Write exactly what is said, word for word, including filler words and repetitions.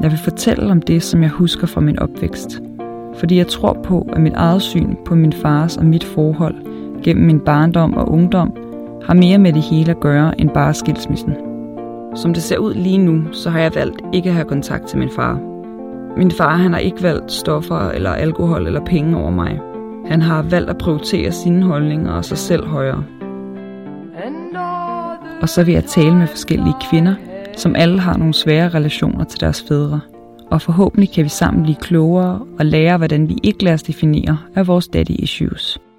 Jeg vil fortælle om det, som jeg husker fra min opvækst. Fordi jeg tror på, at mit eget syn på min fars og mit forhold gennem min barndom og ungdom har mere med det hele at gøre end bare skilsmissen. Som det ser ud lige nu, så har jeg valgt ikke at have kontakt til min far. Min far han har ikke valgt stoffer eller alkohol eller penge over mig. Han har valgt at prioritere sine holdninger og sig selv højere. Og så vil jeg tale med forskellige kvinder, som alle har nogle svære relationer til deres fædre. Og forhåbentlig kan vi sammen blive klogere og lære, hvordan vi ikke lader os definere af vores daddy issues.